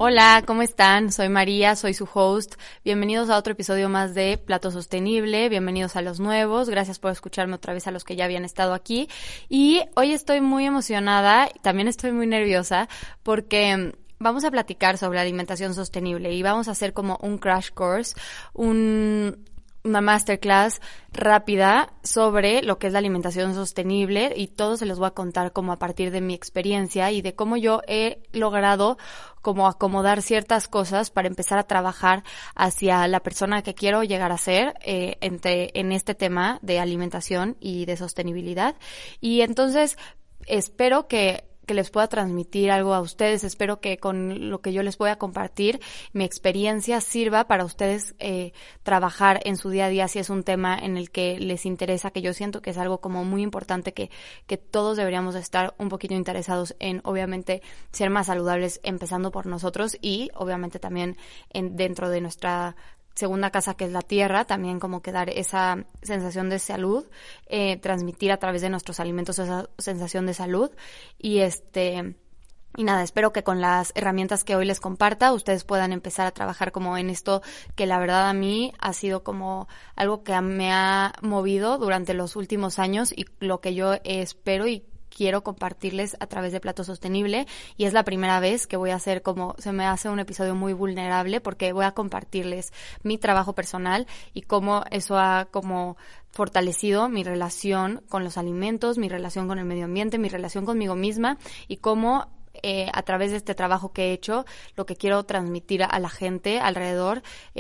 Hola, ¿cómo están? Soy María, soy su host. Bienvenidos a otro episodio más de Plato Sostenible. Bienvenidos a los nuevos. Gracias por escucharme otra vez a los que ya habían estado aquí. Y hoy estoy muy emocionada y también estoy muy nerviosa porque vamos a platicar sobre alimentación sostenible y vamos a hacer como un crash course, una masterclass rápida sobre lo que es la alimentación sostenible y todo se los voy a contar como a partir de mi experiencia y de cómo yo he logrado como acomodar ciertas cosas para empezar a trabajar hacia la persona que quiero llegar a ser en este tema de alimentación y de sostenibilidad. Y entonces espero que les pueda transmitir algo a ustedes. Espero que con lo que yo les voy a compartir, mi experiencia sirva para ustedes trabajar en su día a día si es un tema en el que les interesa, que yo siento que es algo como muy importante que todos deberíamos estar un poquito interesados en, obviamente, ser más saludables, empezando por nosotros y obviamente también dentro de nuestra segunda casa, que es la tierra, también como que dar esa sensación de salud, transmitir a través de nuestros alimentos esa sensación de salud y y nada, espero que con las herramientas que hoy les comparta ustedes puedan empezar a trabajar como en esto que la verdad a mí ha sido como algo que me ha movido durante los últimos años y lo que yo espero y quiero compartirles a través de Plato Sostenible, y es la primera vez que voy a hacer como, se me hace un episodio muy vulnerable porque voy a compartirles mi trabajo personal y cómo eso ha como fortalecido mi relación con los alimentos, mi relación con el medio ambiente, mi relación conmigo misma y cómo a través de este trabajo que he hecho, lo que quiero transmitir a la gente alrededor,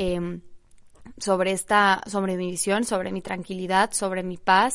sobre mi visión, sobre mi tranquilidad, sobre mi paz,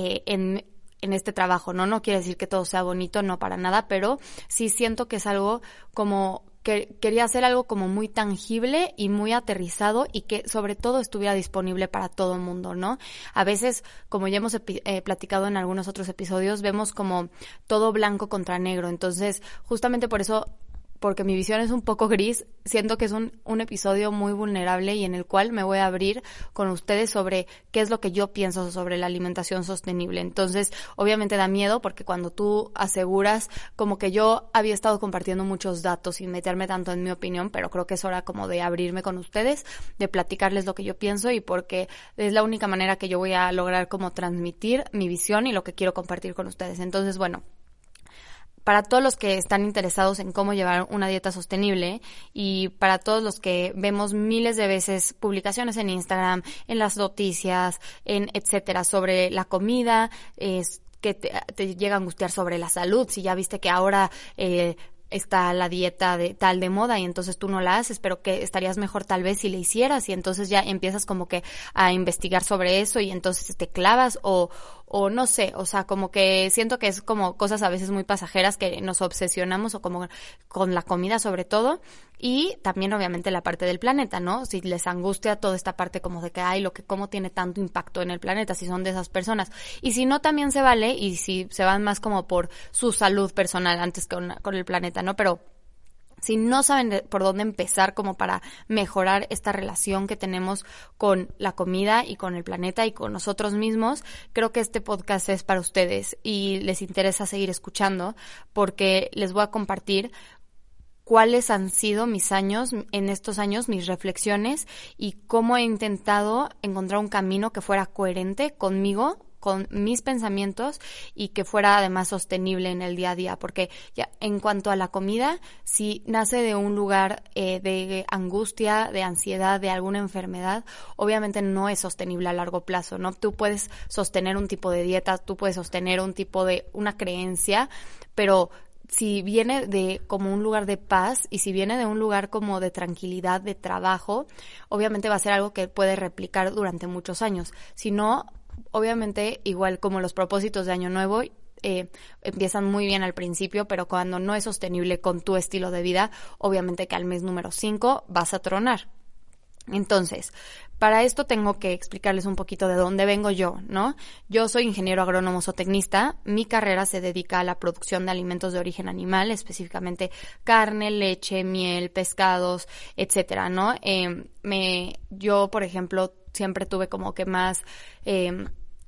en este trabajo, ¿no? No quiere decir que todo sea bonito, no para nada, pero sí siento que es algo como que quería hacer algo como muy tangible y muy aterrizado y que sobre todo estuviera disponible para todo el mundo, ¿no? A veces, como ya hemos platicado en algunos otros episodios, vemos como todo blanco contra negro, entonces justamente por eso, porque mi visión es un poco gris, siento que es un episodio muy vulnerable y en el cual me voy a abrir con ustedes sobre qué es lo que yo pienso sobre la alimentación sostenible. Entonces, obviamente da miedo porque cuando tú aseguras, como que yo había estado compartiendo muchos datos sin meterme tanto en mi opinión, pero creo que es hora como de abrirme con ustedes, de platicarles lo que yo pienso y porque es la única manera que yo voy a lograr como transmitir mi visión y lo que quiero compartir con ustedes. Entonces, bueno, para todos los que están interesados en cómo llevar una dieta sostenible y para todos los que vemos miles de veces publicaciones en Instagram, en las noticias, en etcétera, sobre la comida, que te llega a angustiar sobre la salud, si ya viste que ahora está la dieta de tal de moda y entonces tú no la haces, pero que estarías mejor tal vez si la hicieras y entonces ya empiezas como que a investigar sobre eso y entonces te clavas o no sé, o sea, como que siento que es como cosas a veces muy pasajeras que nos obsesionamos o como con la comida sobre todo y también obviamente la parte del planeta, ¿no? Si les angustia toda esta parte como de que hay cómo tiene tanto impacto en el planeta, si son de esas personas. Y si no, también se vale y si se van más como por su salud personal antes que con el planeta, ¿no? Pero si no saben por dónde empezar como para mejorar esta relación que tenemos con la comida y con el planeta y con nosotros mismos, creo que este podcast es para ustedes y les interesa seguir escuchando porque les voy a compartir cuáles han sido mis años, en estos años, mis reflexiones y cómo he intentado encontrar un camino que fuera coherente conmigo, con mis pensamientos y que fuera además sostenible en el día a día, porque ya en cuanto a la comida, si nace de un lugar de angustia, de ansiedad, de alguna enfermedad, obviamente no es sostenible a largo plazo, ¿no? Tú puedes sostener un tipo de dieta, tú puedes sostener un tipo de una creencia, pero si viene de como un lugar de paz y si viene de un lugar como de tranquilidad, de trabajo, obviamente va a ser algo que puede replicar durante muchos años. Si no, obviamente, igual como los propósitos de Año Nuevo, empiezan muy bien al principio, pero cuando no es sostenible con tu estilo de vida, obviamente que al mes número 5 vas a tronar. Entonces, para esto tengo que explicarles un poquito de dónde vengo yo, ¿no? Yo soy ingeniero agrónomo zootecnista. Mi carrera se dedica a la producción de alimentos de origen animal, específicamente carne, leche, miel, pescados, etcétera, ¿no? Yo, por ejemplo, siempre tuve como que más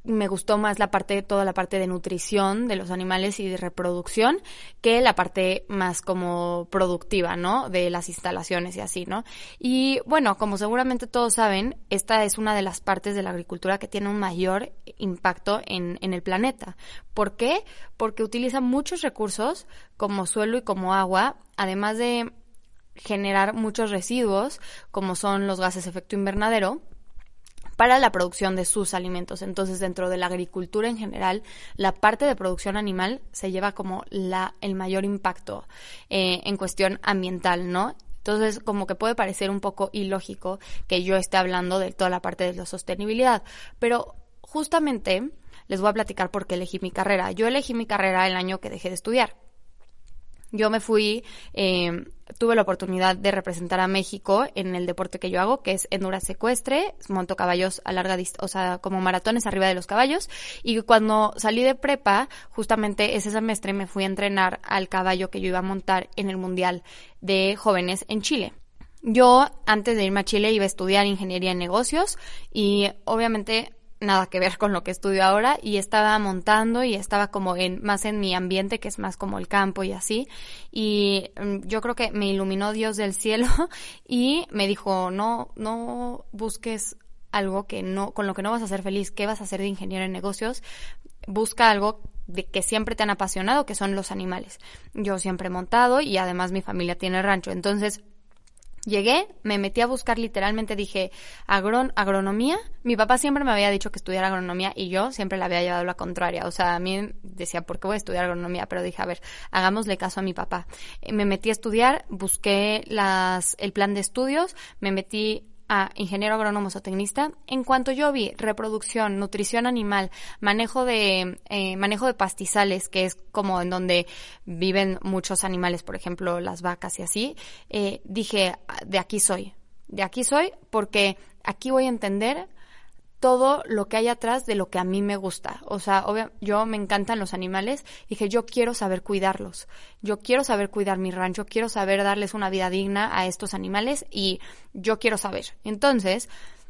me gustó más toda la parte de nutrición de los animales y de reproducción que la parte más como productiva, ¿no? De las instalaciones y así, ¿no? Y bueno, como seguramente todos saben, esta es una de las partes de la agricultura que tiene un mayor impacto en el planeta. ¿Por qué? Porque utiliza muchos recursos como suelo y como agua, además de generar muchos residuos como son los gases de efecto invernadero, para la producción de sus alimentos. Entonces, dentro de la agricultura en general, la parte de producción animal se lleva como el mayor impacto en cuestión ambiental, ¿no? Entonces, como que puede parecer un poco ilógico que yo esté hablando de toda la parte de la sostenibilidad, pero justamente les voy a platicar por qué elegí mi carrera. Yo elegí mi carrera el año que dejé de estudiar. Yo me fui, tuve la oportunidad de representar a México en el deporte que yo hago, que es endurance ecuestre, monto caballos a larga distancia, o sea, como maratones arriba de los caballos, y cuando salí de prepa, justamente ese semestre me fui a entrenar al caballo que yo iba a montar en el Mundial de Jóvenes en Chile. Yo, antes de irme a Chile, iba a estudiar ingeniería en negocios y obviamente nada que ver con lo que estudio ahora, y estaba montando y estaba como más en mi ambiente, que es más como el campo y así, y yo creo que me iluminó Dios del cielo y me dijo, no busques algo con lo que no vas a ser feliz. ¿Qué vas a hacer de ingeniero en negocios? Busca algo de que siempre te han apasionado, que son los animales. Yo siempre he montado y además mi familia tiene rancho, entonces llegué, me metí a buscar, literalmente dije agronomía. Mi papá siempre me había dicho que estudiara agronomía y yo siempre le había llevado la contraria. O sea, a mí decía, ¿por qué voy a estudiar agronomía? Pero dije, a ver, hagámosle caso a mi papá. Me metí a estudiar, busqué el plan de estudios, me metí a ingeniero agrónomo zootecnista. En cuanto yo vi reproducción, nutrición animal, manejo de pastizales, que es como en donde viven muchos animales, por ejemplo las vacas y así, dije, de aquí soy porque aquí voy a entender todo lo que hay atrás de lo que a mí me gusta. O sea, yo me encantan los animales. Dije, yo quiero saber cuidarlos. Yo quiero saber cuidar mi rancho. Quiero saber darles una vida digna a estos animales y yo quiero saber. Entonces,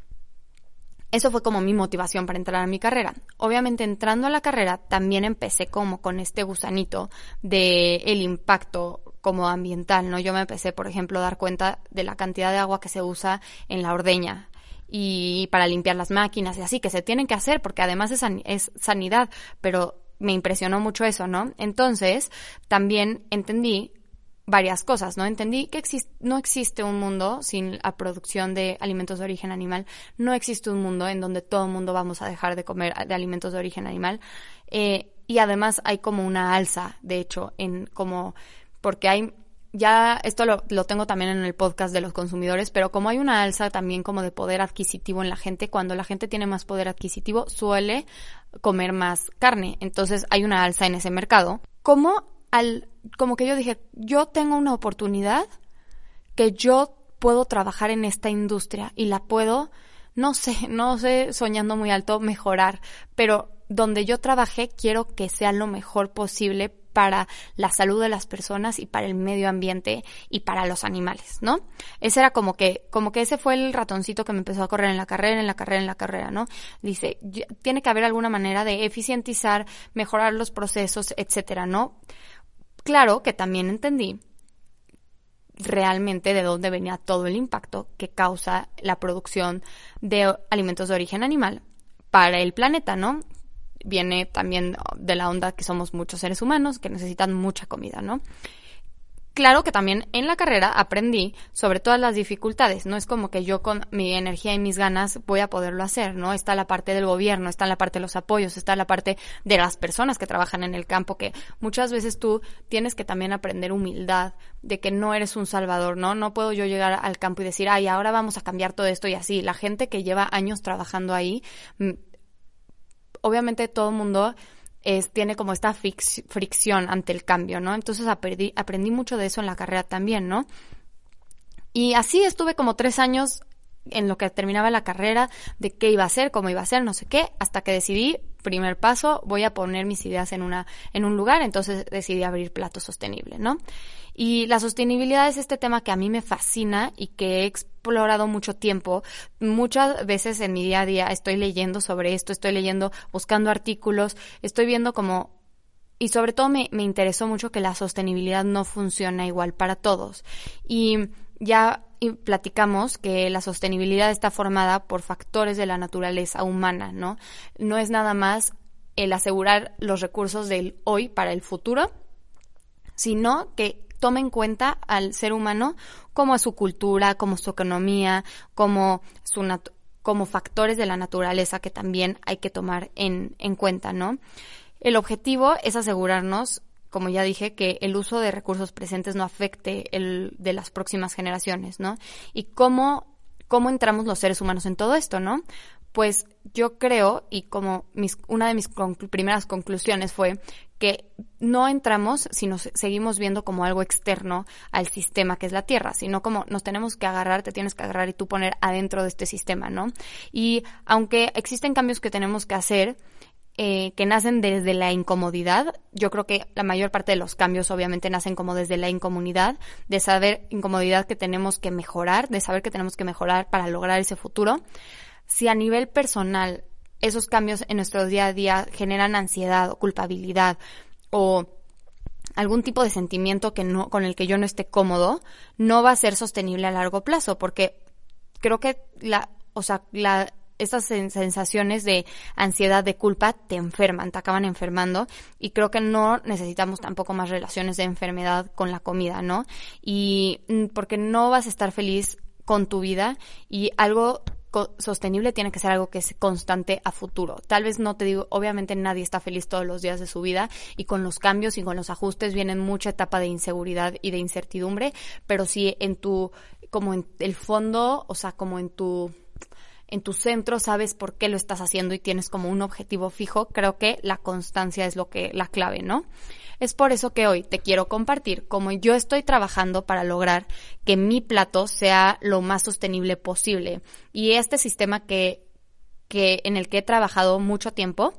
eso fue como mi motivación para entrar a mi carrera. Obviamente, entrando a la carrera, también empecé como con este gusanito de el impacto como ambiental, ¿no? Yo me empecé, por ejemplo, a dar cuenta de la cantidad de agua que se usa en la ordeña y para limpiar las máquinas y así, que se tienen que hacer porque además es sanidad, pero me impresionó mucho eso, ¿no? Entonces, también entendí varias cosas, ¿no? Entendí que no existe un mundo sin la producción de alimentos de origen animal, no existe un mundo en donde todo el mundo vamos a dejar de comer de alimentos de origen animal, y además hay como una alza, de hecho, porque hay, ya esto lo tengo también en el podcast de los consumidores, pero como hay una alza también como de poder adquisitivo en la gente, cuando la gente tiene más poder adquisitivo suele comer más carne, entonces hay una alza en ese mercado. Como que yo dije, yo tengo una oportunidad que yo puedo trabajar en esta industria y la puedo, no sé, soñando muy alto, mejorar, pero donde yo trabajé quiero que sea lo mejor posible para la salud de las personas y para el medio ambiente y para los animales, ¿no? Ese era como que ese fue el ratoncito que me empezó a correr en la carrera, ¿no? Dice, tiene que haber alguna manera de eficientizar, mejorar los procesos, etcétera, ¿no? Claro que también entendí realmente de dónde venía todo el impacto que causa la producción de alimentos de origen animal para el planeta, ¿no? Viene también de la onda que somos muchos seres humanos que necesitan mucha comida, ¿no? Claro que también en la carrera aprendí sobre todas las dificultades, no es como que yo con mi energía y mis ganas voy a poderlo hacer, ¿no? Está la parte del gobierno, está la parte de los apoyos, está la parte de las personas que trabajan en el campo, que muchas veces tú tienes que también aprender humildad, de que no eres un salvador, ¿no? No puedo yo llegar al campo y decir, ay, ahora vamos a cambiar todo esto y así. La gente que lleva años trabajando ahí, obviamente todo el mundo tiene como esta fricción ante el cambio, ¿no? Entonces aprendí mucho de eso en la carrera también, ¿no? Y así estuve como 3 años en lo que terminaba la carrera, de qué iba a hacer, cómo iba a ser, no sé qué, hasta que decidí primer paso, voy a poner mis ideas en un lugar, entonces decidí abrir Plato Sostenible, ¿no? Y la sostenibilidad es este tema que a mí me fascina y que he explorado mucho tiempo. Muchas veces en mi día a día estoy leyendo sobre esto, estoy leyendo, buscando artículos, estoy viendo como... Y sobre todo me interesó mucho que la sostenibilidad no funciona igual para todos. Y ya platicamos que la sostenibilidad está formada por factores de la naturaleza humana, ¿no? No es nada más el asegurar los recursos del hoy para el futuro, sino que tome en cuenta al ser humano como a su cultura, como su economía, como factores de la naturaleza que también hay que tomar en cuenta, ¿no? El objetivo es asegurarnos, como ya dije, que el uso de recursos presentes no afecte el de las próximas generaciones, ¿no? Y cómo entramos los seres humanos en todo esto, ¿no? Pues yo creo, y como una de mis primeras conclusiones fue que no entramos si nos seguimos viendo como algo externo al sistema que es la Tierra, sino como nos tenemos que agarrar, te tienes que agarrar y tú poner adentro de este sistema, ¿no? Y aunque existen cambios que tenemos que hacer, que nacen desde la incomodidad. Yo creo que la mayor parte de los cambios obviamente nacen como desde la incomodidad, de saber incomodidad que tenemos que mejorar, de saber que tenemos que mejorar para lograr ese futuro. Si a nivel personal esos cambios en nuestro día a día generan ansiedad o culpabilidad o algún tipo de sentimiento con el que yo no esté cómodo, no va a ser sostenible a largo plazo, porque creo que estas sensaciones de ansiedad, de culpa, te enferman, te acaban enfermando, y creo que no necesitamos tampoco más relaciones de enfermedad con la comida, ¿no? Y porque no vas a estar feliz con tu vida, y algo sostenible tiene que ser algo que es constante a futuro. Tal vez no te digo, obviamente nadie está feliz todos los días de su vida, y con los cambios y con los ajustes vienen mucha etapa de inseguridad y de incertidumbre, pero sí como en el fondo, o sea, como en tu centro sabes por qué lo estás haciendo y tienes como un objetivo fijo, creo que la constancia es la clave, ¿no? Es por eso que hoy te quiero compartir cómo yo estoy trabajando para lograr que mi plato sea lo más sostenible posible. Y este sistema en el que he trabajado mucho tiempo,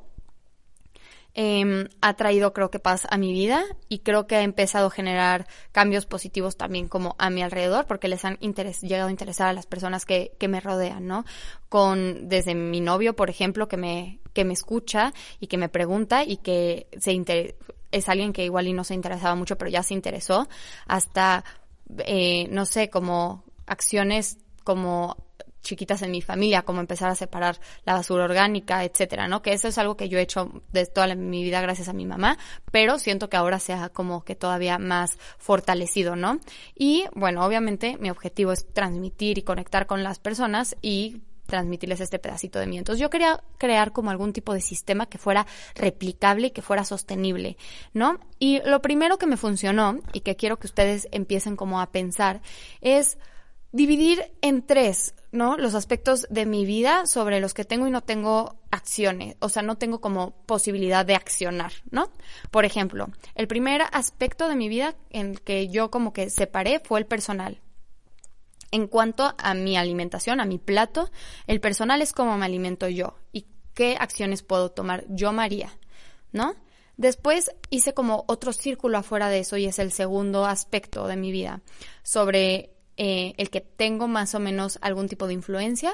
ha traído, creo que, paz a mi vida, y creo que ha empezado a generar cambios positivos también como a mi alrededor, porque les han llegado a interesar a las personas que me rodean, ¿no? Desde mi novio, por ejemplo, que me escucha y que me pregunta y que es alguien que igual y no se interesaba mucho, pero ya se interesó, hasta, no sé, como acciones como chiquitas en mi familia, como empezar a separar la basura orgánica, etcétera, ¿no? Que eso es algo que yo he hecho de toda mi vida gracias a mi mamá, pero siento que ahora sea como que todavía más fortalecido, ¿no? Y bueno, obviamente mi objetivo es transmitir y conectar con las personas y transmitirles este pedacito de mí. Entonces yo quería crear como algún tipo de sistema que fuera replicable y que fuera sostenible, ¿no? Y lo primero que me funcionó y que quiero que ustedes empiecen como a pensar es dividir en 3, ¿no? Los aspectos de mi vida sobre los que tengo y no tengo acciones, o sea, no tengo como posibilidad de accionar, ¿no? Por ejemplo, el primer aspecto de mi vida en el que yo como que separé fue el personal. En cuanto a mi alimentación, a mi plato, el personal es cómo me alimento yo y qué acciones puedo tomar yo, María, ¿no? Después hice como otro círculo afuera de eso, y es el segundo aspecto de mi vida, sobre el que tengo más o menos algún tipo de influencia,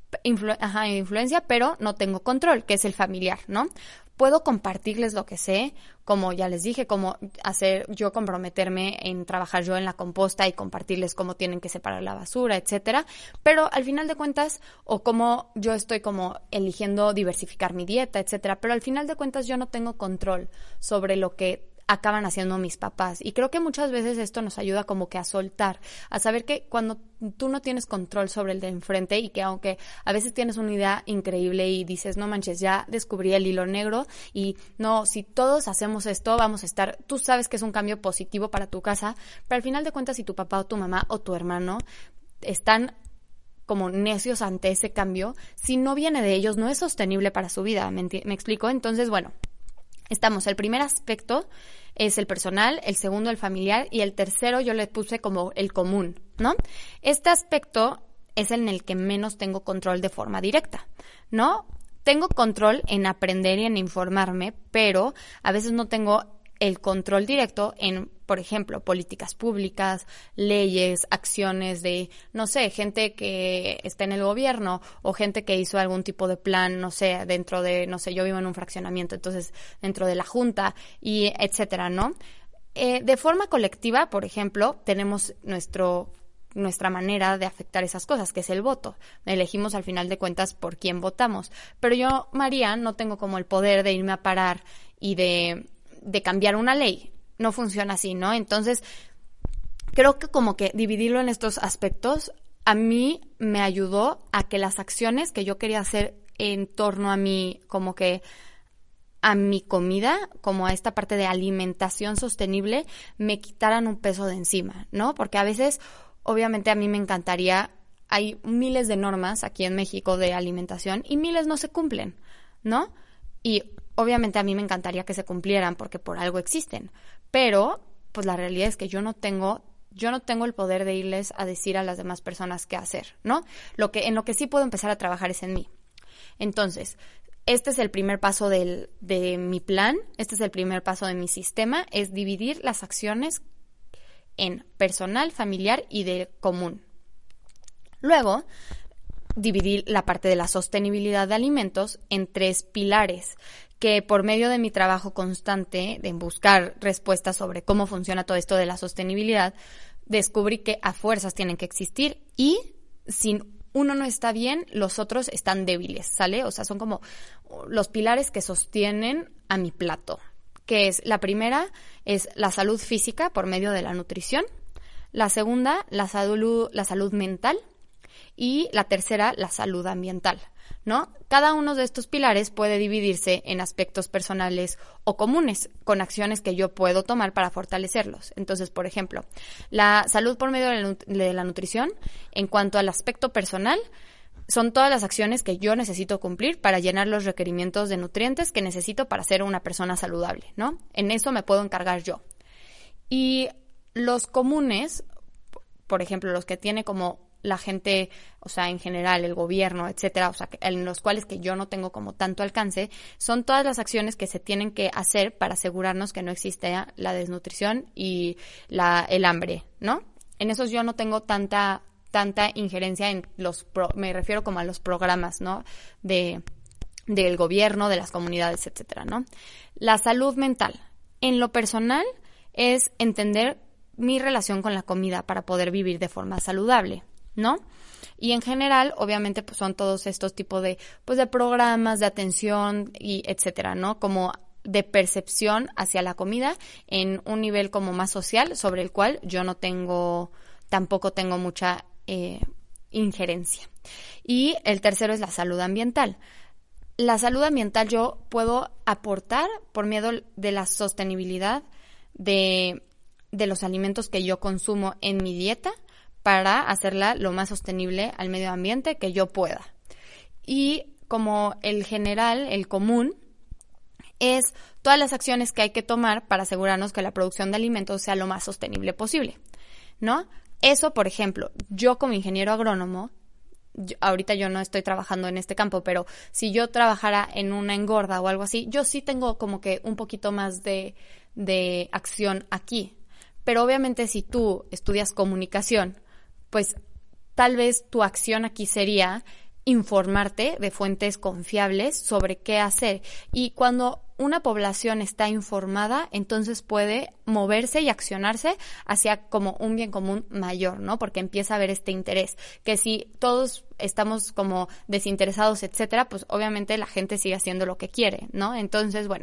pero no tengo control, que es el familiar, ¿no? Puedo compartirles lo que sé, como ya les dije, cómo comprometerme en trabajar yo en la composta y compartirles cómo tienen que separar la basura, etcétera, pero al final de cuentas, o cómo yo estoy como eligiendo diversificar mi dieta, etcétera, pero al final de cuentas yo no tengo control sobre lo que acaban haciendo mis papás. Y creo que muchas veces esto nos ayuda como que a soltar, a saber que cuando tú no tienes control sobre el de enfrente, y que aunque a veces tienes una idea increíble y dices, no manches, ya descubrí el hilo negro, y no, si todos hacemos esto, vamos a estar, tú sabes que es un cambio positivo para tu casa, pero al final de cuentas, si tu papá o tu mamá o tu hermano están como necios ante ese cambio, si no viene de ellos, no es sostenible para su vida, ¿me explico? Entonces, bueno, el primer aspecto es el personal, el segundo el familiar, y el tercero yo le puse como el común, ¿no? Este aspecto es en el que menos tengo control de forma directa, ¿no? tengo control en aprender y en informarme, pero a veces no tengo el control directo en, por ejemplo, políticas públicas, leyes, acciones de, no sé, gente que está en el gobierno o gente que hizo algún tipo de plan, no sé, dentro de, no sé, yo vivo en un fraccionamiento, entonces dentro de la junta y etcétera, ¿no? De forma colectiva, por ejemplo, tenemos nuestra manera de afectar esas cosas, que es el voto. Elegimos al final de cuentas por quién votamos. Pero yo, María, no tengo como el poder de irme a parar y de cambiar una ley. No funciona así, ¿no? Entonces, creo que como que dividirlo en estos aspectos a mí me ayudó a que las acciones que yo quería hacer en torno a mí, como que a mi comida, como a esta parte de alimentación sostenible, me quitaran un peso de encima, ¿no? Porque a veces, obviamente a mí me encantaría, hay miles de normas aquí en México de alimentación y miles no se cumplen, ¿no? Y obviamente a mí me encantaría que se cumplieran porque por algo existen, pero pues la realidad es que yo no tengo el poder de irles a decir a las demás personas qué hacer, ¿no? En lo que sí puedo empezar a trabajar es en mí. Entonces, este es el primer paso de mi plan, este es el primer paso de mi sistema, es dividir las acciones en personal, familiar y de común. Luego, dividir la parte de la sostenibilidad de alimentos en 3 pilares, que por medio de mi trabajo constante de buscar respuestas sobre cómo funciona todo esto de la sostenibilidad, descubrí que a fuerzas tienen que existir y sin uno no está bien, los otros están débiles, ¿sale? O sea, son como los pilares que sostienen a mi plato, que es, la primera es la salud física por medio de la nutrición, la segunda, la salud mental y la tercera, la salud ambiental, ¿no? Cada uno de estos pilares puede dividirse en aspectos personales o comunes, con acciones que yo puedo tomar para fortalecerlos. Entonces, por ejemplo, la salud por medio de la nutrición, en cuanto al aspecto personal, son todas las acciones que yo necesito cumplir para llenar los requerimientos de nutrientes que necesito para ser una persona saludable, ¿no? En eso me puedo encargar yo. Y los comunes, por ejemplo, los que tiene como la gente, o sea, en general, el gobierno, etcétera, o sea, en los cuales que yo no tengo como tanto alcance, son todas las acciones que se tienen que hacer para asegurarnos que no existe la desnutrición y el hambre, ¿no? En esos yo no tengo tanta injerencia en me refiero como a los programas, ¿no? Del gobierno, de las comunidades, etcétera, ¿no? La salud mental. En lo personal es entender mi relación con la comida para poder vivir de forma saludable, ¿no? Y en general, obviamente, pues son todos estos tipos de programas de atención y etcétera, ¿no? Como de percepción hacia la comida en un nivel como más social, sobre el cual yo tampoco tengo mucha injerencia. Y el tercero es la salud ambiental. La salud ambiental yo puedo aportar por medio de la sostenibilidad de los alimentos que yo consumo en mi dieta para hacerla lo más sostenible al medio ambiente que yo pueda. Y como el general, el común, es todas las acciones que hay que tomar para asegurarnos que la producción de alimentos sea lo más sostenible posible, ¿no? Eso, por ejemplo, yo como ingeniero agrónomo, ahorita yo no estoy trabajando en este campo, pero si yo trabajara en una engorda o algo así, yo sí tengo como que un poquito más de acción aquí. Pero obviamente si tú estudias comunicación, pues tal vez tu acción aquí sería informarte de fuentes confiables sobre qué hacer. Y cuando una población está informada, entonces puede moverse y accionarse hacia como un bien común mayor, ¿no? Porque empieza a haber este interés. Que si todos estamos como desinteresados, etcétera, pues obviamente la gente sigue haciendo lo que quiere, ¿no? Entonces, bueno,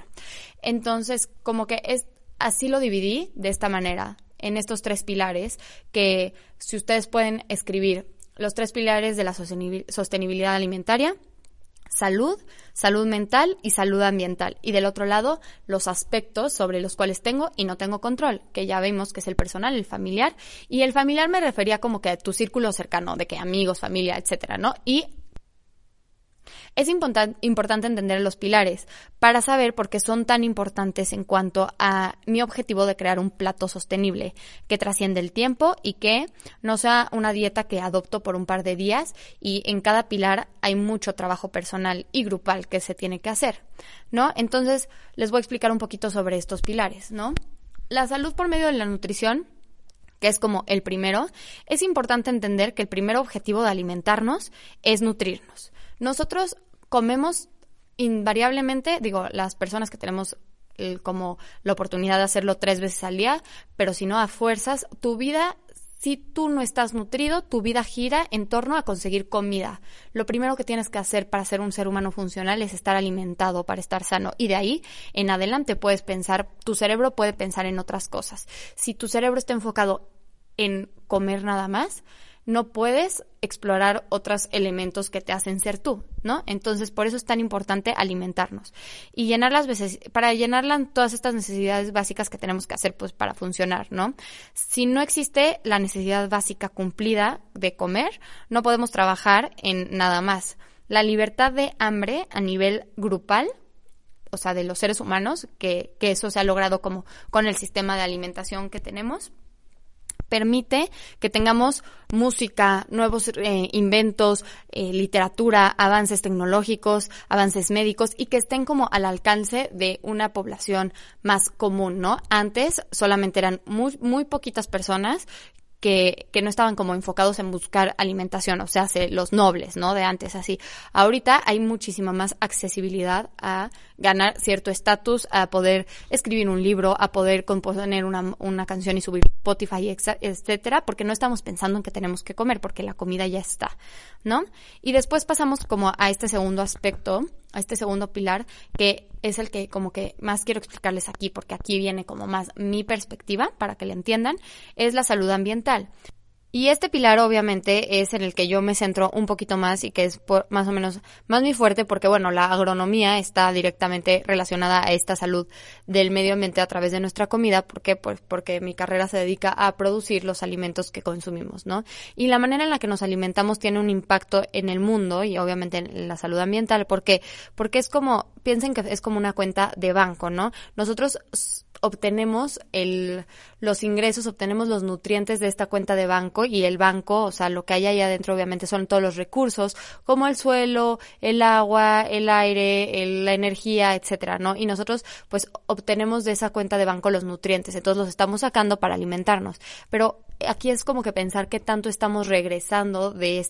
como que así lo dividí de esta manera, en estos 3 pilares, que si ustedes pueden escribir los 3 pilares de la sostenibilidad alimentaria: salud mental y salud ambiental. Y del otro lado, los aspectos sobre los cuales tengo y no tengo control, que ya vimos que es el personal, el familiar. Y el familiar me refería como que a tu círculo cercano, de que amigos, familia, etcétera, ¿no? Y Es importante entender los pilares para saber por qué son tan importantes en cuanto a mi objetivo de crear un plato sostenible que trasciende el tiempo y que no sea una dieta que adopto por un par de días, y en cada pilar hay mucho trabajo personal y grupal que se tiene que hacer, ¿no? Entonces, les voy a explicar un poquito sobre estos pilares, ¿no? La salud por medio de la nutrición, que es como el primero, es importante entender que el primer objetivo de alimentarnos es nutrirnos. Nosotros comemos invariablemente, digo, las personas que tenemos como la oportunidad de hacerlo 3 veces al día, pero si no a fuerzas, tu vida, si tú no estás nutrido, tu vida gira en torno a conseguir comida. Lo primero que tienes que hacer para ser un ser humano funcional es estar alimentado, para estar sano. Y de ahí en adelante puedes pensar, tu cerebro puede pensar en otras cosas. Si tu cerebro está enfocado en comer nada más, no puedes explorar otros elementos que te hacen ser tú, ¿no? Entonces, por eso es tan importante alimentarnos y para llenar todas estas necesidades básicas que tenemos que hacer, pues, para funcionar, ¿no? Si no existe la necesidad básica cumplida de comer, no podemos trabajar en nada más. La libertad de hambre a nivel grupal, o sea, de los seres humanos, que eso se ha logrado como con el sistema de alimentación que tenemos, permite que tengamos música, nuevos inventos, literatura, avances tecnológicos, avances médicos, y que estén como al alcance de una población más común, ¿no? Antes solamente eran muy poquitas personas que no estaban como enfocados en buscar alimentación, o sea, los nobles, ¿no? De antes, así. Ahorita hay muchísima más accesibilidad a ganar cierto estatus, a poder escribir un libro, a poder componer una canción y subir Spotify, etcétera, porque no estamos pensando en que tenemos que comer, porque la comida ya está, ¿no? Y después pasamos como a este segundo aspecto, a este segundo pilar, que es el que como que más quiero explicarles aquí, porque aquí viene como más mi perspectiva, para que le entiendan, es la salud ambiental. Y este pilar obviamente es en el que yo me centro un poquito más y que es más o menos más mi fuerte, porque bueno, la agronomía está directamente relacionada a esta salud del medio ambiente a través de nuestra comida. ¿Por qué? Pues porque mi carrera se dedica a producir los alimentos que consumimos, ¿no? Y la manera en la que nos alimentamos tiene un impacto en el mundo y obviamente en la salud ambiental. ¿Por qué? Porque es como, piensen que es como una cuenta de banco, ¿no? Nosotros obtenemos los ingresos, obtenemos los nutrientes de esta cuenta de banco, y el banco, o sea, lo que hay ahí adentro obviamente son todos los recursos, como el suelo, el agua, el aire, la energía, etcétera, ¿no? Y nosotros pues obtenemos de esa cuenta de banco los nutrientes, entonces los estamos sacando para alimentarnos. Pero aquí es como que pensar qué tanto estamos regresando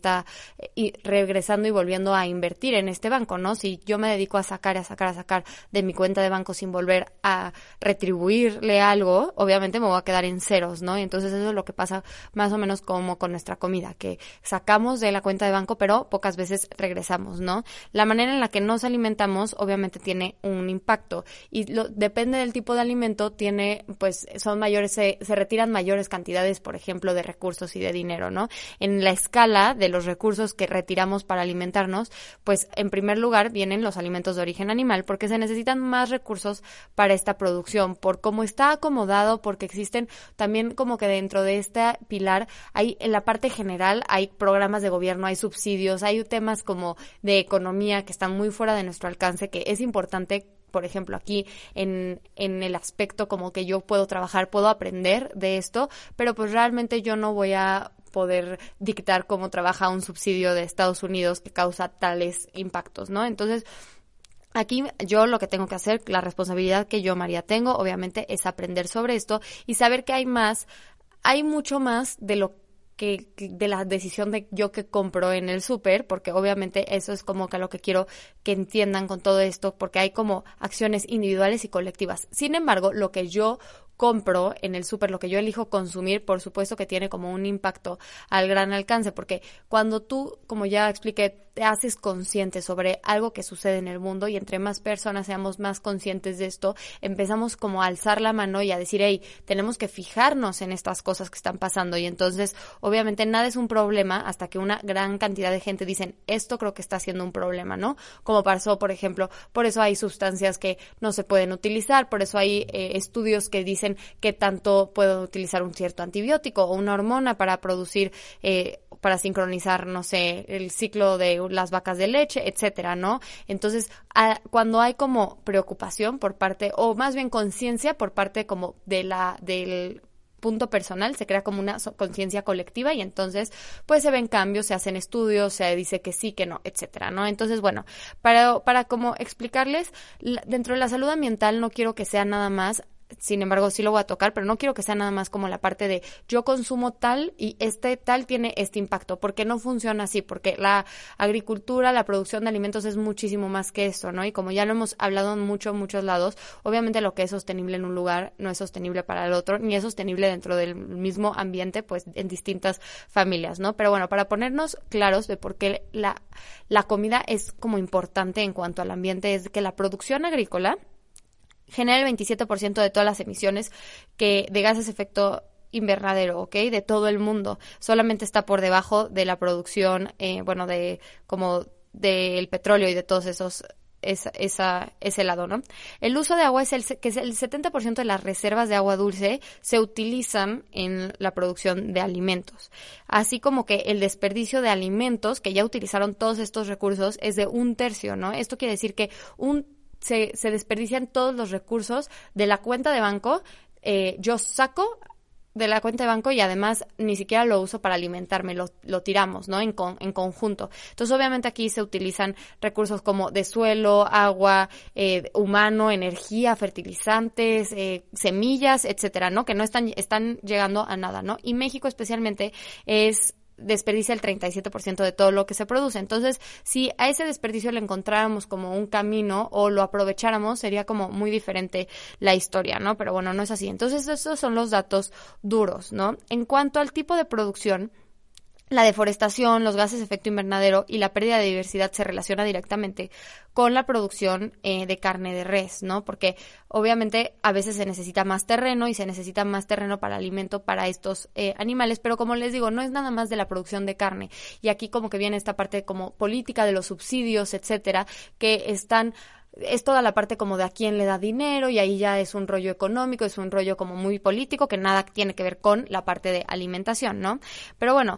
y volviendo a invertir en este banco, ¿no? Si yo me dedico a sacar de mi cuenta de banco sin volver a retribuirle algo, obviamente me voy a quedar en ceros, ¿no? Y entonces eso es lo que pasa más o menos como con nuestra comida, que sacamos de la cuenta de banco, pero pocas veces regresamos, ¿no? La manera en la que nos alimentamos obviamente tiene un impacto, y depende del tipo de alimento, son mayores, se retiran mayores cantidades, por ejemplo, de recursos y de dinero, ¿no? En la escala de los recursos que retiramos para alimentarnos, pues en primer lugar vienen los alimentos de origen animal, porque se necesitan más recursos para esta producción, por cómo está acomodado, porque existen también como que dentro de este pilar hay, en la parte general, hay programas de gobierno, hay subsidios, hay temas como de economía que están muy fuera de nuestro alcance, que es importante. Por ejemplo, aquí en el aspecto como que yo puedo trabajar, puedo aprender de esto, pero pues realmente yo no voy a poder dictar cómo trabaja un subsidio de Estados Unidos que causa tales impactos, ¿no? Entonces, aquí yo lo que tengo que hacer, la responsabilidad que yo, María, tengo, obviamente, es aprender sobre esto y saber que hay mucho más de lo que de la decisión de yo que compro en el súper, porque obviamente eso es como que lo que quiero que entiendan con todo esto, porque hay como acciones individuales y colectivas. Sin embargo, lo que yo compro en el súper, lo que yo elijo consumir, por supuesto que tiene como un impacto al gran alcance, porque cuando tú, como ya expliqué, te haces consciente sobre algo que sucede en el mundo, y entre más personas seamos más conscientes de esto, empezamos como a alzar la mano y a decir, hey, tenemos que fijarnos en estas cosas que están pasando, y entonces obviamente nada es un problema hasta que una gran cantidad de gente dicen, esto creo que está siendo un problema, ¿no? Como pasó, por ejemplo, por eso hay sustancias que no se pueden utilizar, por eso hay estudios que dicen dicen qué tanto puedo utilizar un cierto antibiótico o una hormona para producir, para sincronizar, no sé, el ciclo de las vacas de leche, etcétera, ¿no? Entonces, cuando hay como preocupación por parte, o más bien conciencia por parte como del punto personal, se crea como una conciencia colectiva y entonces pues se ven cambios, se hacen estudios, se dice que sí, que no, etcétera, ¿no? Entonces, bueno, para como explicarles, dentro de la salud ambiental no quiero que sea nada más, sin embargo sí lo voy a tocar, pero no quiero que sea nada más como la parte de yo consumo tal y este tal tiene este impacto, porque no funciona así, porque la agricultura, la producción de alimentos es muchísimo más que eso, ¿no? Y como ya lo hemos hablado en muchos lados, obviamente lo que es sostenible en un lugar no es sostenible para el otro, ni es sostenible dentro del mismo ambiente, pues en distintas familias, ¿no? Pero bueno, para ponernos claros de por qué la comida es como importante en cuanto al ambiente, es que la producción agrícola genera el 27% de todas las emisiones de gases de efecto invernadero, ¿ok? De todo el mundo. Solamente está por debajo de la producción, como del petróleo y de todos esos ese lado, ¿no? El uso de agua que es el 70% de las reservas de agua dulce se utilizan en la producción de alimentos. Así como que el desperdicio de alimentos, que ya utilizaron todos estos recursos, es de 1/3, ¿no? Esto quiere decir que se desperdician todos los recursos de la cuenta de banco. Yo saco de la cuenta de banco y además ni siquiera lo uso para alimentarme, lo tiramos, ¿no? En conjunto. Entonces, obviamente aquí se utilizan recursos como de suelo, agua, humano, energía, fertilizantes, semillas, etcétera, ¿no? Que no están llegando a nada, ¿no? Y México especialmente desperdicia el 37% de todo lo que se produce. Entonces, si a ese desperdicio le encontráramos como un camino o lo aprovecháramos, sería como muy diferente la historia, ¿no? Pero bueno, no es así. Entonces, esos son los datos duros, ¿no? En cuanto al tipo de producción, la deforestación, los gases de efecto invernadero y la pérdida de diversidad se relaciona directamente con la producción de carne de res, ¿no? Porque obviamente a veces se necesita más terreno y se necesita más terreno para alimento para estos animales, pero como les digo, no es nada más de la producción de carne. Y aquí como que viene esta parte como política de los subsidios, etcétera, que es toda la parte como de a quién le da dinero y ahí ya es un rollo económico, es un rollo como muy político que nada tiene que ver con la parte de alimentación, ¿no? Pero bueno,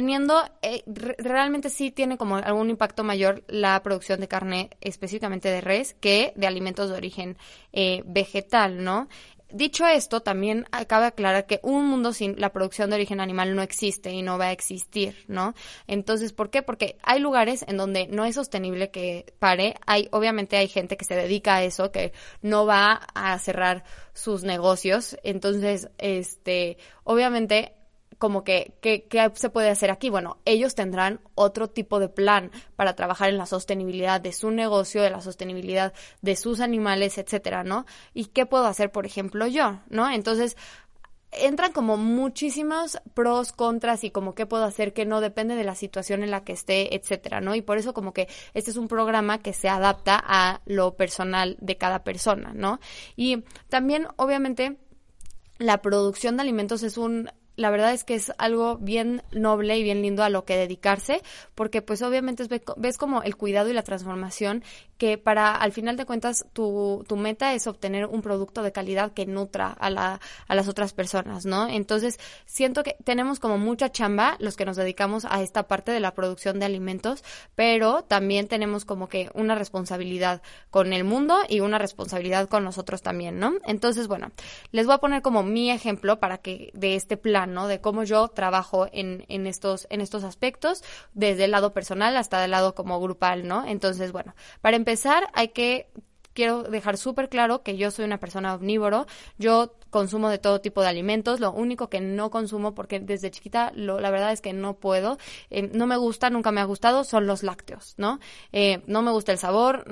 realmente sí tiene como algún impacto mayor la producción de carne específicamente de res que de alimentos de origen vegetal, ¿no? Dicho esto, también cabe aclarar que un mundo sin la producción de origen animal no existe y no va a existir, ¿no? Entonces, ¿por qué? Porque hay lugares en donde no es sostenible que pare. Obviamente hay gente que se dedica a eso, que no va a cerrar sus negocios. Entonces, obviamente como que, ¿qué se puede hacer aquí? Bueno, ellos tendrán otro tipo de plan para trabajar en la sostenibilidad de su negocio, de la sostenibilidad de sus animales, etcétera, ¿no? ¿Y qué puedo hacer, por ejemplo, yo, ¿no? Entonces, entran como muchísimos pros, contras y como qué puedo hacer, que no depende de la situación en la que esté, etcétera, ¿no? Y por eso como que este es un programa que se adapta a lo personal de cada persona, ¿no? Y también, obviamente, la producción de alimentos la verdad es que es algo bien noble y bien lindo a lo que dedicarse, porque pues obviamente ves como el cuidado y la transformación que al final de cuentas tu meta es obtener un producto de calidad que nutra a las otras personas, ¿no? Entonces siento que tenemos como mucha chamba los que nos dedicamos a esta parte de la producción de alimentos, pero también tenemos como que una responsabilidad con el mundo y una responsabilidad con nosotros también, ¿no? Entonces, bueno, les voy a poner como mi ejemplo de este plan, ¿no? De cómo yo trabajo en estos aspectos, desde el lado personal hasta el lado como grupal, ¿no? Entonces, bueno, para empezar quiero dejar súper claro que yo soy una persona omnívoro, yo consumo de todo tipo de alimentos, lo único que no consumo, porque desde chiquita la verdad es que no puedo, no me gusta, nunca me ha gustado, son los lácteos, ¿no? No me gusta el sabor,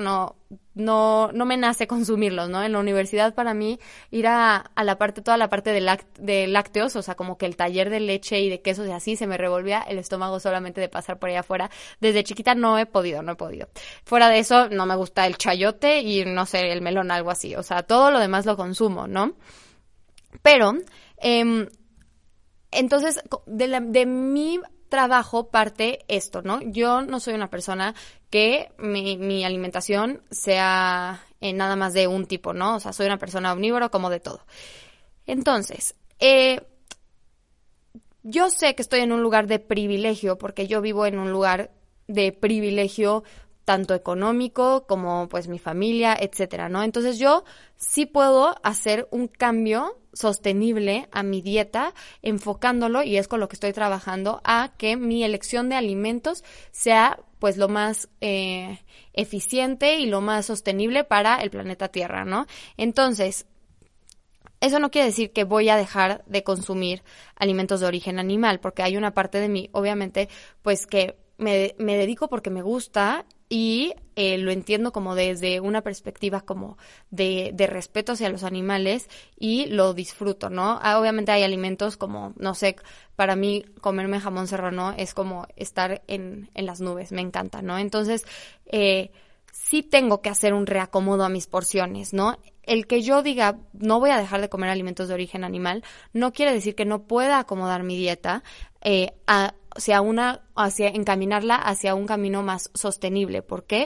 no me nace consumirlos, ¿no? En la universidad para mí ir a toda la parte de lácteos, o sea, como que el taller de leche y de quesos y así, se me revolvía el estómago solamente de pasar por allá afuera. Desde chiquita no he podido. Fuera de eso, no me gusta el chayote y no sé, el melón, algo así. O sea, todo lo demás lo consumo, ¿no? Pero, entonces, de mi trabajo parte esto, ¿no? Yo no soy una persona que mi alimentación sea nada más de un tipo, ¿no? O sea, soy una persona omnívora como de todo. Entonces, yo sé que estoy en un lugar de privilegio porque yo vivo en un lugar de privilegio tanto económico como pues mi familia, etcétera, ¿no? Entonces yo sí puedo hacer un cambio sostenible a mi dieta, enfocándolo, y es con lo que estoy trabajando, a que mi elección de alimentos sea pues lo más eficiente y lo más sostenible para el planeta Tierra, ¿no? Entonces, eso no quiere decir que voy a dejar de consumir alimentos de origen animal, porque hay una parte de mí, obviamente, pues que me dedico porque me gusta y lo entiendo como desde una perspectiva como de respeto hacia los animales y lo disfruto, ¿no? Obviamente hay alimentos como, no sé, para mí comerme jamón serrano es como estar en las nubes, me encanta, ¿no? Entonces, sí tengo que hacer un reacomodo a mis porciones, ¿no? El que yo diga no voy a dejar de comer alimentos de origen animal no quiere decir que no pueda acomodar mi dieta hacia encaminarla hacia un camino más sostenible, porque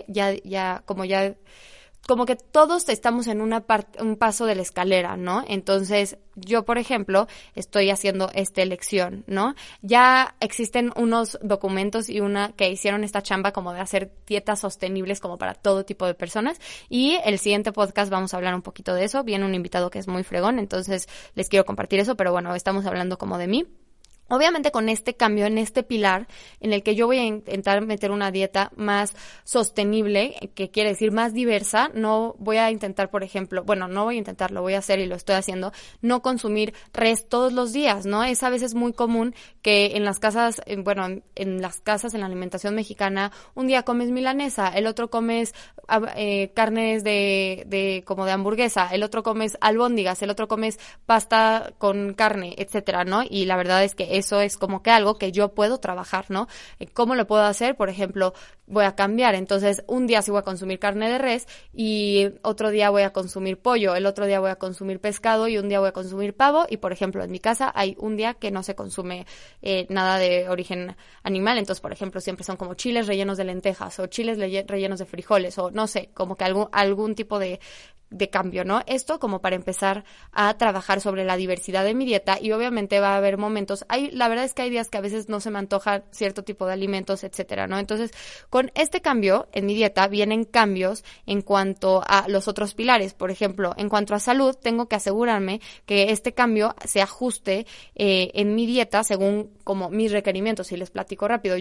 como que todos estamos en un paso de la escalera, ¿no? Entonces, yo, por ejemplo, estoy haciendo esta elección, ¿no? Ya existen unos documentos que hicieron esta chamba como de hacer dietas sostenibles como para todo tipo de personas, y el siguiente podcast vamos a hablar un poquito de eso. Viene un invitado que es muy fregón, entonces les quiero compartir eso, pero bueno, estamos hablando como de mí. Obviamente con este cambio, en este pilar, en el que yo voy a intentar meter una dieta más sostenible, que quiere decir más diversa, no voy a intentar, por ejemplo, no voy a intentar, lo voy a hacer y lo estoy haciendo, no consumir res todos los días, ¿no? Es a veces muy común que en las casas, en la alimentación mexicana, un día comes milanesa, el otro comes carnes como de hamburguesa, el otro comes albóndigas, el otro comes pasta con carne, etcétera, ¿no? Y la verdad es que eso es como que algo que yo puedo trabajar, ¿no? ¿Cómo lo puedo hacer? Por ejemplo, voy a cambiar. Entonces, un día sí voy a consumir carne de res y otro día voy a consumir pollo, el otro día voy a consumir pescado y un día voy a consumir pavo. Y, por ejemplo, en mi casa hay un día que no se consume nada de origen animal. Entonces, por ejemplo, siempre son como chiles rellenos de lentejas o chiles rellenos de frijoles o no sé, como que algún tipo de cambio, ¿no? Esto como para empezar a trabajar sobre la diversidad de mi dieta, y obviamente va a haber momentos, la verdad es que hay días que a veces no se me antoja cierto tipo de alimentos, etcétera, ¿no? Entonces, con este cambio en mi dieta vienen cambios en cuanto a los otros pilares. Por ejemplo, en cuanto a salud, tengo que asegurarme que este cambio se ajuste en mi dieta según como mis requerimientos. Y les platico rápido,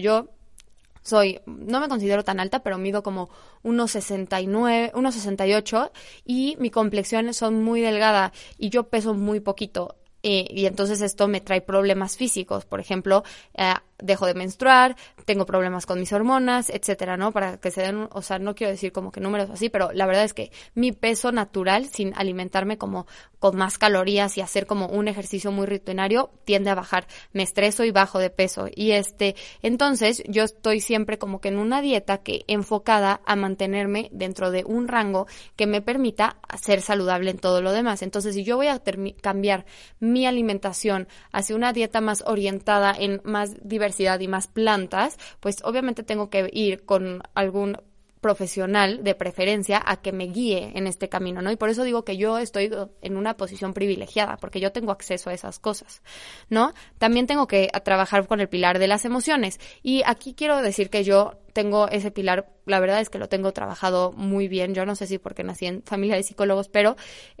no me considero tan alta, pero mido como 1,69, 1,68 y mi complexión son muy delgada y yo peso muy poquito. Y entonces esto me trae problemas físicos. Por ejemplo, dejo de menstruar, tengo problemas con mis hormonas, etcétera, ¿no? Para que se den, o sea, no quiero decir como que números así, pero la verdad es que mi peso natural, sin alimentarme como con más calorías y hacer como un ejercicio muy rutinario, tiende a bajar. Me estreso y bajo de peso. Y entonces yo estoy siempre como que en una dieta enfocada a mantenerme dentro de un rango que me permita ser saludable en todo lo demás. Entonces, si yo voy a cambiar mi alimentación hacia una dieta más orientada en más diversidad y más plantas, pues obviamente tengo que ir con algún profesional de preferencia a que me guíe en este camino, ¿no? Y por eso digo que yo estoy en una posición privilegiada, porque yo tengo acceso a esas cosas, ¿no? También tengo que trabajar con el pilar de las emociones, y aquí quiero decir que yo tengo ese pilar, la verdad es que lo tengo trabajado muy bien. Yo no sé si porque nací en familia de psicólogos, pero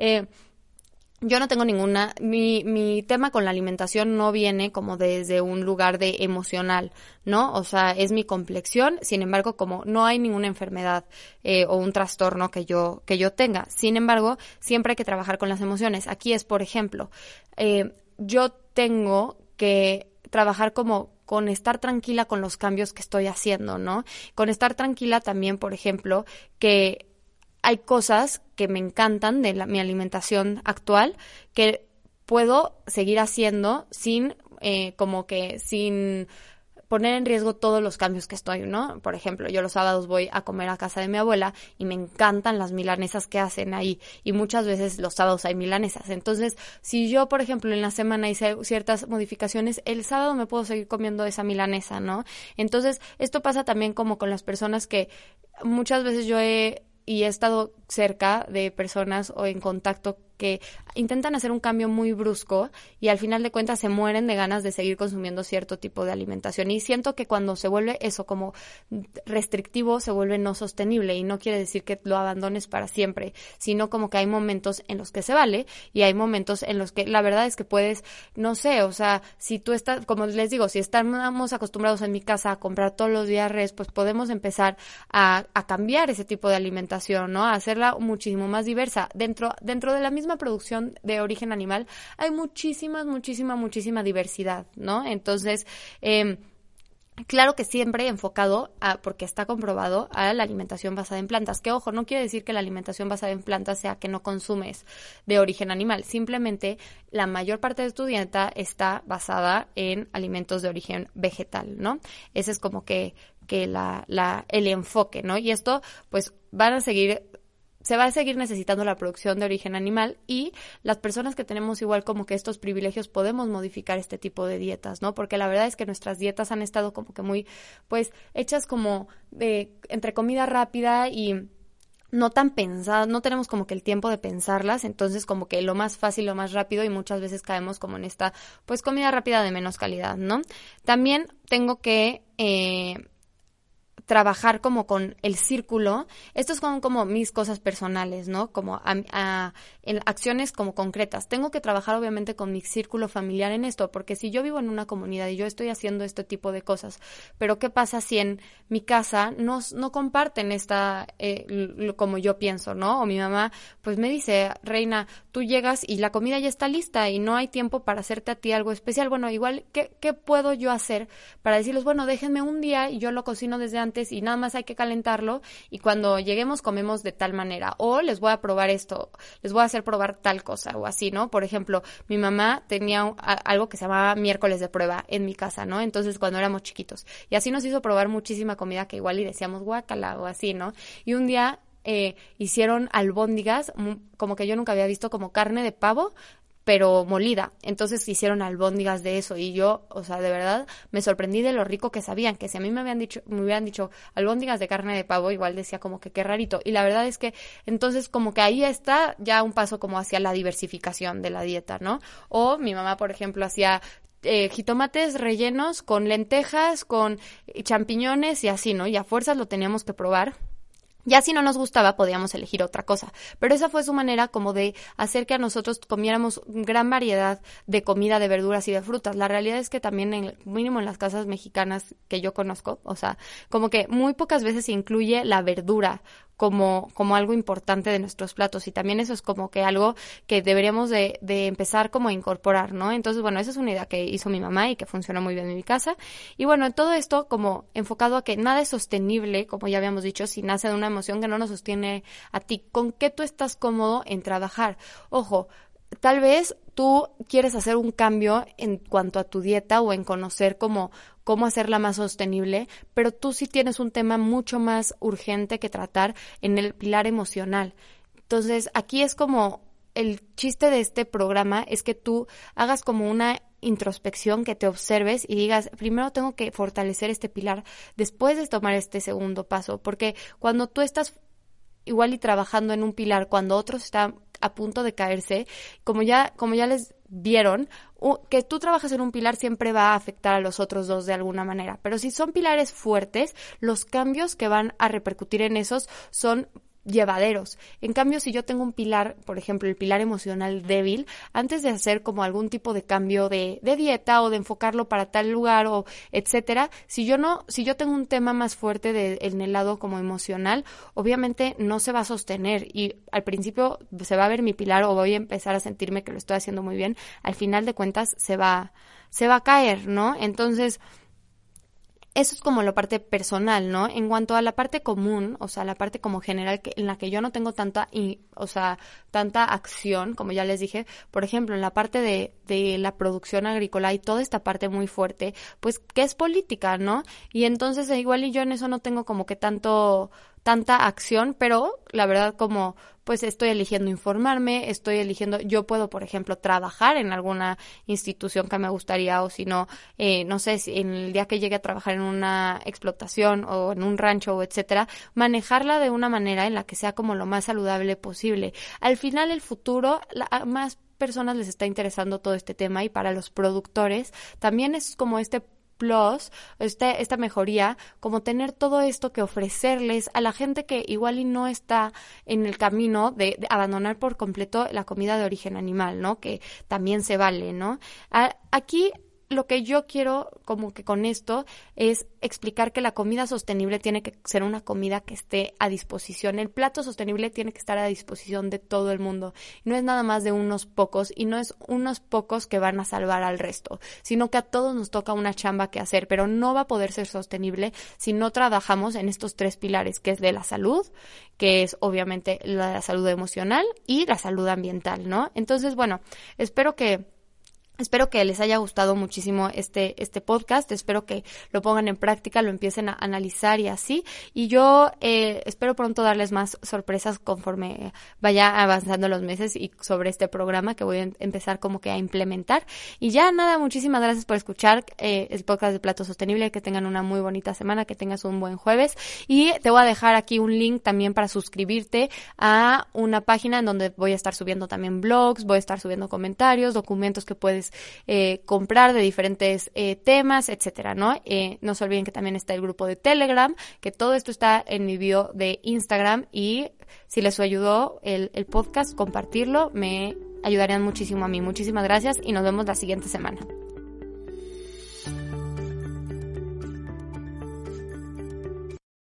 yo no tengo mi tema con la alimentación no viene como desde un lugar de emocional, ¿no? O sea, es mi complexión, sin embargo, como no hay ninguna enfermedad o un trastorno que yo tenga. Sin embargo, siempre hay que trabajar con las emociones. Aquí es, por ejemplo, yo tengo que trabajar como con estar tranquila con los cambios que estoy haciendo, ¿no? Con estar tranquila también, por ejemplo, que hay cosas que me encantan de mi alimentación actual que puedo seguir haciendo sin poner en riesgo todos los cambios que estoy, ¿no? Por ejemplo, yo los sábados voy a comer a casa de mi abuela y me encantan las milanesas que hacen ahí, y muchas veces los sábados hay milanesas. Entonces, si yo, por ejemplo, en la semana hice ciertas modificaciones, el sábado me puedo seguir comiendo esa milanesa, ¿no? Entonces, esto pasa también como con las personas que muchas veces he estado cerca de personas o en contacto que intentan hacer un cambio muy brusco y al final de cuentas se mueren de ganas de seguir consumiendo cierto tipo de alimentación. Y siento que cuando se vuelve eso como restrictivo, se vuelve no sostenible, y no quiere decir que lo abandones para siempre, sino como que hay momentos en los que se vale y hay momentos en los que la verdad es que puedes, no sé, o sea, si tú estás, como les digo, si estamos acostumbrados en mi casa a comprar todos los días res, pues podemos empezar a cambiar ese tipo de alimentación, ¿no? A hacerla muchísimo más diversa. Dentro de la misma producción de origen animal hay muchísima diversidad, ¿no? Entonces, claro que siempre enfocado porque está comprobado, a la alimentación basada en plantas. Que ojo, no quiere decir que la alimentación basada en plantas sea que no consumes de origen animal. Simplemente la mayor parte de tu dieta está basada en alimentos de origen vegetal, ¿no? Ese es como que el enfoque, ¿no? Y esto, pues, se va a seguir necesitando la producción de origen animal, y las personas que tenemos igual como que estos privilegios podemos modificar este tipo de dietas, ¿no? Porque la verdad es que nuestras dietas han estado como que muy, pues, hechas como entre comida rápida y no tan pensadas, no tenemos como que el tiempo de pensarlas, entonces como que lo más fácil, lo más rápido, y muchas veces caemos como en esta, pues, comida rápida de menos calidad, ¿no? También tengo que trabajar como con el círculo. Estos son como mis cosas personales, ¿no? Como en acciones como concretas. Tengo que trabajar obviamente con mi círculo familiar en esto, porque si yo vivo en una comunidad y yo estoy haciendo este tipo de cosas, pero ¿qué pasa si en mi casa no comparten como yo pienso, ¿no? O mi mamá pues me dice, Reina, tú llegas y la comida ya está lista y no hay tiempo para hacerte a ti algo especial. Bueno, igual, ¿qué puedo yo hacer para decirles, bueno, déjenme un día y yo lo cocino desde antes y nada más hay que calentarlo y cuando lleguemos comemos de tal manera, o les voy a probar esto, les voy a hacer probar tal cosa o así, ¿no? Por ejemplo, mi mamá tenía algo que se llamaba miércoles de prueba en mi casa, ¿no? Entonces cuando éramos chiquitos, y así nos hizo probar muchísima comida que igual y decíamos guácala o así, ¿no? Y un día hicieron albóndigas, como que yo nunca había visto, como carne de pavo pero molida. Entonces hicieron albóndigas de eso y yo, o sea, de verdad me sorprendí de lo rico que sabían, que si a mí me hubieran dicho albóndigas de carne de pavo, igual decía como que qué rarito. Y la verdad es que entonces como que ahí está ya un paso como hacia la diversificación de la dieta, ¿no? O mi mamá, por ejemplo, hacía jitomates rellenos con lentejas, con champiñones y así, ¿no? Y a fuerzas lo teníamos que probar. Ya si no nos gustaba, podíamos elegir otra cosa. Pero esa fue su manera como de hacer que a nosotros comiéramos gran variedad de comida, de verduras y de frutas. La realidad es que también, mínimo en las casas mexicanas que yo conozco, o sea, como que muy pocas veces se incluye la verdura como algo importante de nuestros platos, y también eso es como que algo que deberíamos de empezar como a incorporar, ¿no? Entonces, bueno, esa es una idea que hizo mi mamá y que funcionó muy bien en mi casa. Y bueno, todo esto como enfocado a que nada es sostenible, como ya habíamos dicho, si nace de una emoción que no nos sostiene a ti. ¿Con qué tú estás cómodo en trabajar? Ojo, tal vez tú quieres hacer un cambio en cuanto a tu dieta o en conocer cómo hacerla más sostenible, pero tú sí tienes un tema mucho más urgente que tratar en el pilar emocional. Entonces, aquí es como el chiste de este programa es que tú hagas como una introspección, que te observes y digas, primero tengo que fortalecer este pilar, después de tomar este segundo paso, porque cuando tú estás igual y trabajando en un pilar, cuando otros están a punto de caerse, como ya les vieron, que tú trabajas en un pilar siempre va a afectar a los otros dos de alguna manera, pero si son pilares fuertes, los cambios que van a repercutir en esos son llevaderos. En cambio, si yo tengo un pilar, por ejemplo, el pilar emocional débil, antes de hacer como algún tipo de cambio de dieta o de enfocarlo para tal lugar o etcétera, si yo tengo un tema más fuerte en el lado como emocional, obviamente no se va a sostener y al principio se va a ver mi pilar o voy a empezar a sentirme que lo estoy haciendo muy bien, al final de cuentas se va a caer, ¿no? Entonces, eso es como la parte personal, ¿no? En cuanto a la parte común, o sea, la parte como general en la que yo no tengo tanta acción, como ya les dije, por ejemplo, en la parte de la producción agrícola y toda esta parte muy fuerte, pues que es política, ¿no? Y entonces igual y yo en eso no tengo como que tanta acción, pero la verdad como pues estoy eligiendo informarme, estoy eligiendo, yo puedo, por ejemplo, trabajar en alguna institución que me gustaría, o si no, no sé, si en el día que llegue a trabajar en una explotación o en un rancho o etcétera, manejarla de una manera en la que sea como lo más saludable posible. Al final, el futuro, a más personas les está interesando todo este tema, y para los productores también es como este plus, esta mejoría, como tener todo esto que ofrecerles a la gente que igual y no está en el camino de abandonar por completo la comida de origen animal, ¿no? Que también se vale, ¿no? Aquí lo que yo quiero como que con esto es explicar que la comida sostenible tiene que ser una comida que esté a disposición. El plato sostenible tiene que estar a disposición de todo el mundo. No es nada más de unos pocos, y no es unos pocos que van a salvar al resto, sino que a todos nos toca una chamba que hacer, pero no va a poder ser sostenible si no trabajamos en estos 3 pilares, que es de la salud, que es obviamente la salud emocional y la salud ambiental, ¿no? Entonces, bueno, espero que les haya gustado muchísimo este podcast, espero que lo pongan en práctica, lo empiecen a analizar y así, y yo espero pronto darles más sorpresas conforme vaya avanzando los meses y sobre este programa que voy a empezar como que a implementar. Y ya nada, muchísimas gracias por escuchar el podcast de Plato Sostenible, que tengan una muy bonita semana, que tengas un buen jueves, y te voy a dejar aquí un link también para suscribirte a una página en donde voy a estar subiendo también blogs, voy a estar subiendo comentarios, documentos que puedes comprar de diferentes temas, etcétera, ¿no? No se olviden que también está el grupo de Telegram, que todo esto está en mi bio de Instagram, y si les ayudó el podcast, compartirlo, me ayudarían muchísimo a mí. Muchísimas gracias y nos vemos la siguiente semana.